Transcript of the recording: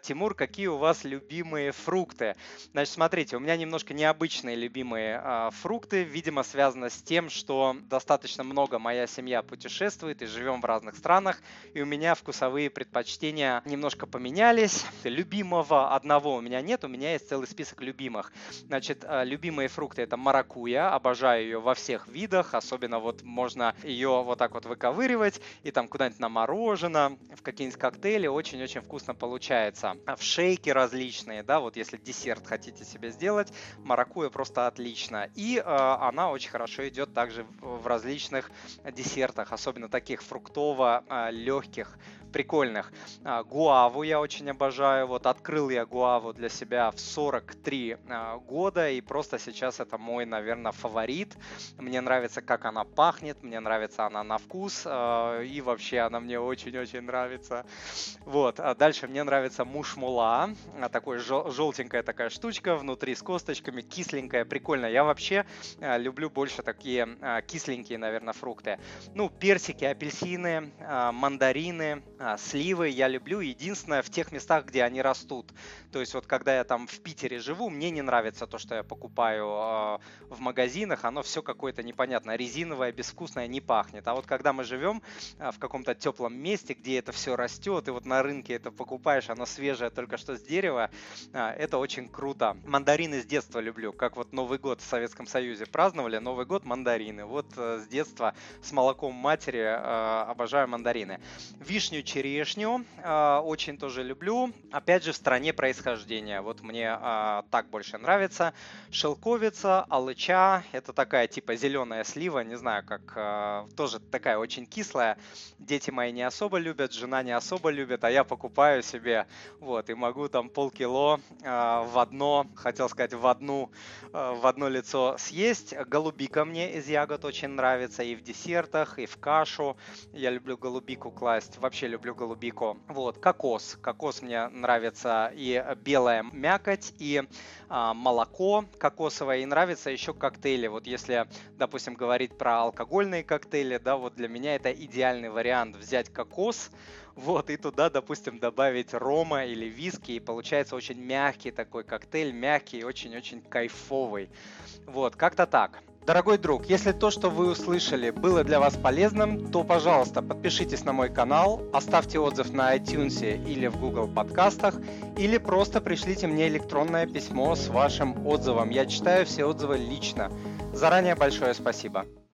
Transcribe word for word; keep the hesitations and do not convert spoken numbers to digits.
Тимур, какие у вас любимые фрукты? Значит, смотрите, у меня немножко необычные любимые а, фрукты. Видимо, связано с тем, что достаточно много моя семья путешествует и живем в разных странах, и у меня вкусовые предпочтения немножко поменялись. Любимого одного у меня нет, у меня есть целый список любимых. Значит, а, любимые фрукты — это маракуйя, обожаю ее во всех видах, особенно вот можно ее вот так вот выковыривать и там куда-нибудь на мороженое, в какие-нибудь коктейли, очень-очень вкусно получается. А в шейки различные, да, вот если десерт хотите себе сделать, маракуйя просто отлично. И э, она очень хорошо идет также в, в различных десертах, особенно таких фруктово-легких, прикольных. А, Гуаву я очень обожаю. Вот открыл я гуаву для себя в сорок три а, года, и просто сейчас это мой, наверное, фаворит. Мне нравится, как она пахнет, мне нравится она на вкус, а, и вообще она мне очень-очень нравится. Вот. А дальше мне нравится мушмула, а, такой жел- желтенькая такая штучка, внутри с косточками, кисленькая, прикольно. Я вообще а, люблю больше такие а, кисленькие, наверное, фрукты. Ну, персики, апельсины, а, мандарины, а, сливы я люблю. Единственное, в тех местах, где они растут. То есть вот когда я там в Питере живу, мне не нравится то, что я покупаю а, в магазинах. Оно все какое-то непонятное, резиновое, безвкусное, не пахнет. А вот когда мы живем а, в каком-то теплом месте, где это все растет, и вот на рынке это покупаешь, оно свежее только что с дерева, а, это очень круто. Мандарины с детства люблю. Как вот Новый год в Советском Союзе праздновали, Новый год мандарины. Вот э, с детства с молоком матери э, обожаю мандарины. Вишню, черешню э, очень тоже люблю. Опять же, в стране происхождения. Вот мне э, так больше нравится. Шелковица, алыча. Это такая типа зеленая слива. Не знаю, как э, тоже такая очень кислая. Дети мои не особо любят, жена не особо любит, а я покупаю себе. Вот, и могу там полкило э, в одно, хотел сказать, в одну, э, в одно лицо съесть. Голубика мне из ягод очень нравится и в десертах, и в кашу. Я люблю голубику класть, вообще люблю голубику. Вот, кокос. Кокос мне нравится и белая мякоть, и а, молоко кокосовое, и нравится еще коктейли. Вот если, допустим, говорить про алкогольные коктейли, да, вот для меня это идеальный вариант взять кокос, вот, и туда, допустим, добавить рома или виски, и получается очень мягкий такой коктейль, мягкий и очень-очень кайфовый. Вот, как-то так. Дорогой друг, если то, что вы услышали, было для вас полезным, то, пожалуйста, подпишитесь на мой канал, оставьте отзыв на iTunes или в Google подкастах, или просто пришлите мне электронное письмо с вашим отзывом. Я читаю все отзывы лично. Заранее большое спасибо.